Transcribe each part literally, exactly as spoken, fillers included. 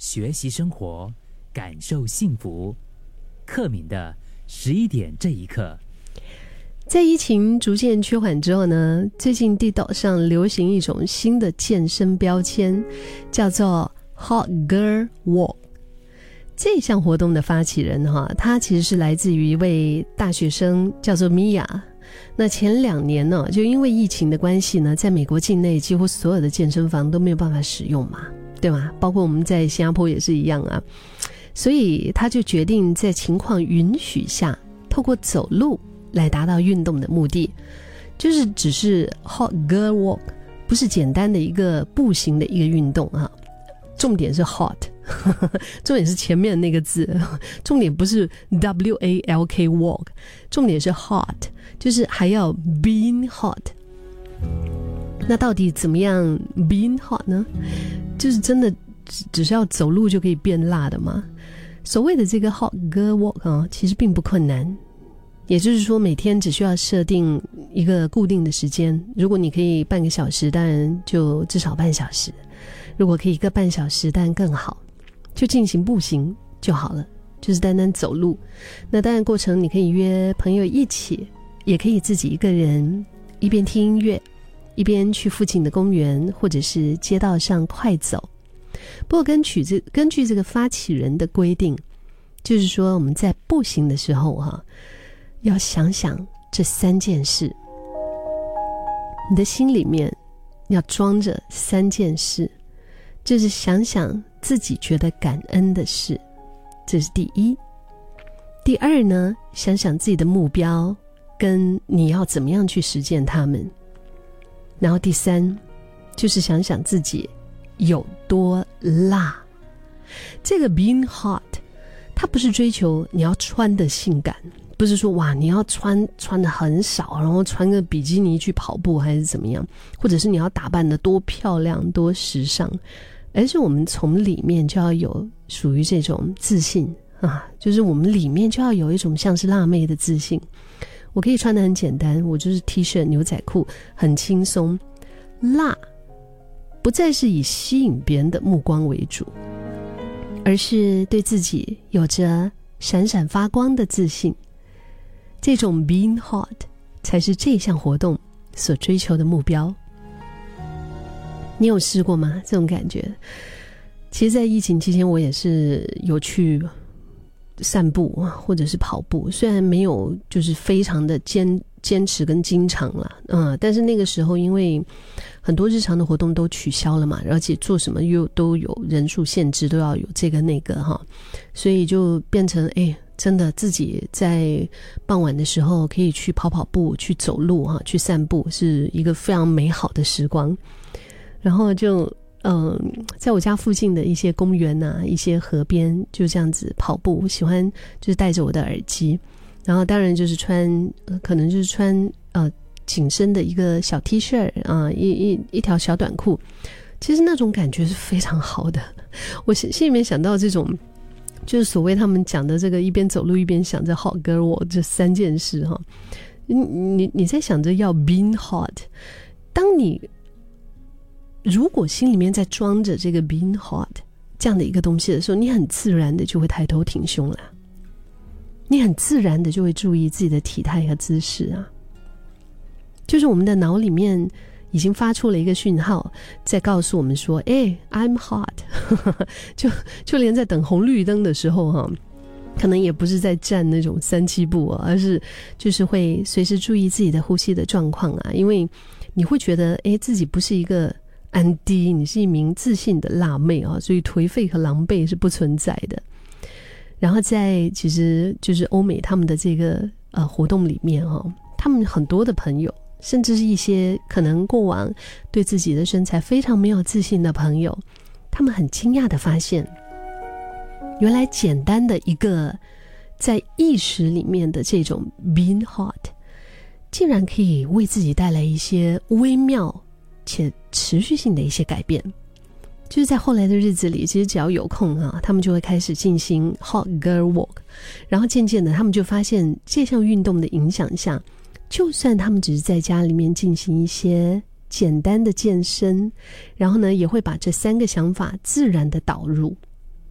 学习生活，感受幸福。克敏的十一点这一刻。 在疫情逐渐趋缓之后呢，最近地岛上流行一种新的健身标签，叫做 Hot Girl Walk。这项活动的发起人哈，他其实是来自于一位大学生，叫做米娅。那前两年呢，就因为疫情的关系呢，在美国境内几乎所有的健身房都没有办法使用嘛，对吗？包括我们在新加坡也是一样啊。所以他就决定在情况允许下，透过走路来达到运动的目的，就是只是 hot girl walk， 不是简单的一个步行的一个运动啊。重点是 hot， 重点是前面那个字，重点不是 W A L K walk， 重点是 hot， 就是还要 being hot。那到底怎么样 being hot 呢？就是真的只只是要走路就可以变辣的吗？所谓的这个 hot girl walk 啊，其实并不困难。也就是说每天只需要设定一个固定的时间，如果你可以半个小时，当然就至少半小时，如果可以一个半小时当然更好，就进行步行就好了，就是单单走路。那当然过程你可以约朋友一起，也可以自己一个人，一边听音乐一边去附近的公园或者是街道上快走。不过根据这根据这个发起人的规定，就是说我们在步行的时候哈、啊，要想想这三件事，你的心里面要装着三件事，就是想想自己觉得感恩的事，这是第一。第二呢，想想自己的目标跟你要怎么样去实践它们。然后第三，就是想想自己有多辣。这个 being hot， 它不是追求你要穿的性感，不是说哇你要穿穿的很少，然后穿个比基尼去跑步还是怎么样，或者是你要打扮的多漂亮多时尚，而是我们从里面就要有属于这种自信啊，就是我们里面就要有一种像是辣妹的自信。我可以穿得很简单，我就是 T 恤牛仔裤，很轻松。辣不再是以吸引别人的目光为主，而是对自己有着闪闪发光的自信。这种 being hot 才是这项活动所追求的目标。你有试过吗？这种感觉其实在疫情期间我也是有去散步或者是跑步，虽然没有就是非常的坚坚持跟经常啦，嗯，但是那个时候因为很多日常的活动都取消了嘛，而且做什么又都有人数限制，都要有这个那个哈，所以就变成哎，真的自己在傍晚的时候可以去跑跑步，去走路哈，去散步，是一个非常美好的时光。然后就嗯，在我家附近的一些公园啊，一些河边，就这样子跑步。我喜欢就是戴着我的耳机，然后当然就是穿，呃、可能就是穿呃紧身的一个小 T 恤啊、呃，一一一条小短裤。其实那种感觉是非常好的。我心心里面想到这种，就是所谓他们讲的这个一边走路一边想着 hot girl walk 这三件事哈。你你你在想着要 being hot， 当你如果心里面在装着这个 being hot 这样的一个东西的时候，你很自然的就会抬头挺胸了，你很自然的就会注意自己的体态和姿势啊。就是我们的脑里面已经发出了一个讯号，在告诉我们说，哎 I'm hot 就就连在等红绿灯的时候哈、啊，可能也不是在站那种三七步、啊、而是就是会随时注意自己的呼吸的状况啊，因为你会觉得哎，自己不是一个安迪，你是一名自信的辣妹啊，所以颓废和狼狈是不存在的。然后在其实就是欧美他们的这个呃活动里面哈、哦，他们很多的朋友，甚至是一些可能过往对自己的身材非常没有自信的朋友，他们很惊讶的发现，原来简单的一个在意识里面的这种 being hot， 竟然可以为自己带来一些微妙且持续性的一些改变。就是在后来的日子里，其实只要有空啊，他们就会开始进行 hot girl walk， 然后渐渐的他们就发现这项运动的影响下，就算他们只是在家里面进行一些简单的健身，然后呢也会把这三个想法自然的导入，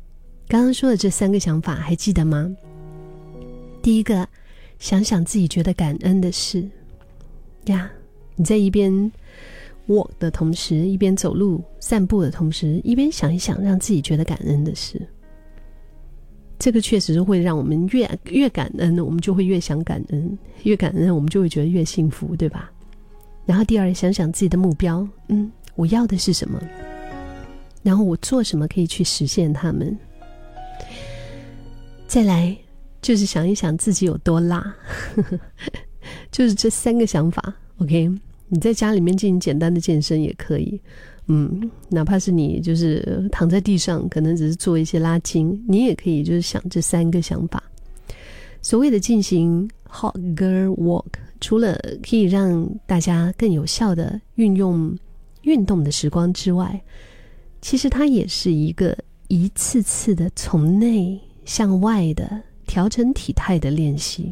刚刚说的这三个想法还记得吗？第一个，想想自己觉得感恩的事呀，你在一边 walk 的同时，一边走路散步的同时，一边想一想让自己觉得感恩的事。这个确实会让我们越越感恩，我们就会越想感恩，越感恩我们就会觉得越幸福，对吧？然后第二，想想自己的目标，嗯，我要的是什么，然后我做什么可以去实现它们。再来就是想一想自己有多辣就是这三个想法 OK， 你在家里面进行简单的健身也可以，嗯，哪怕是你就是躺在地上可能只是做一些拉筋，你也可以就是想这三个想法。所谓的进行 Hot Girl Walk， 除了可以让大家更有效的运用运动的时光之外，其实它也是一个一次次的从内向外的调整体态的练习。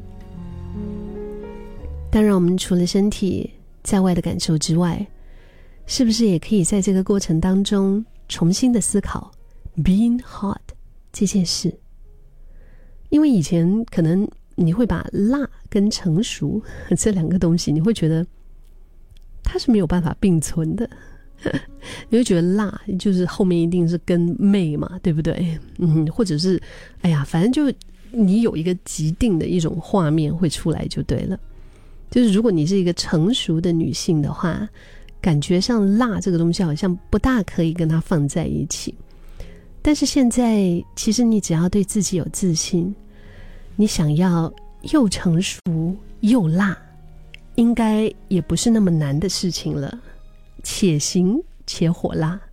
当然我们除了身体在外的感受之外，是不是也可以在这个过程当中重新的思考 being hot 这件事。因为以前可能你会把辣跟成熟这两个东西，你会觉得它是没有办法并存的你会觉得辣就是后面一定是跟媚嘛，对不对？嗯，或者是哎呀反正就你有一个既定的一种画面会出来就对了。就是如果你是一个成熟的女性的话，感觉上辣这个东西好像不大可以跟它放在一起。但是现在其实你只要对自己有自信，你想要又成熟又辣，应该也不是那么难的事情了，且行且火辣。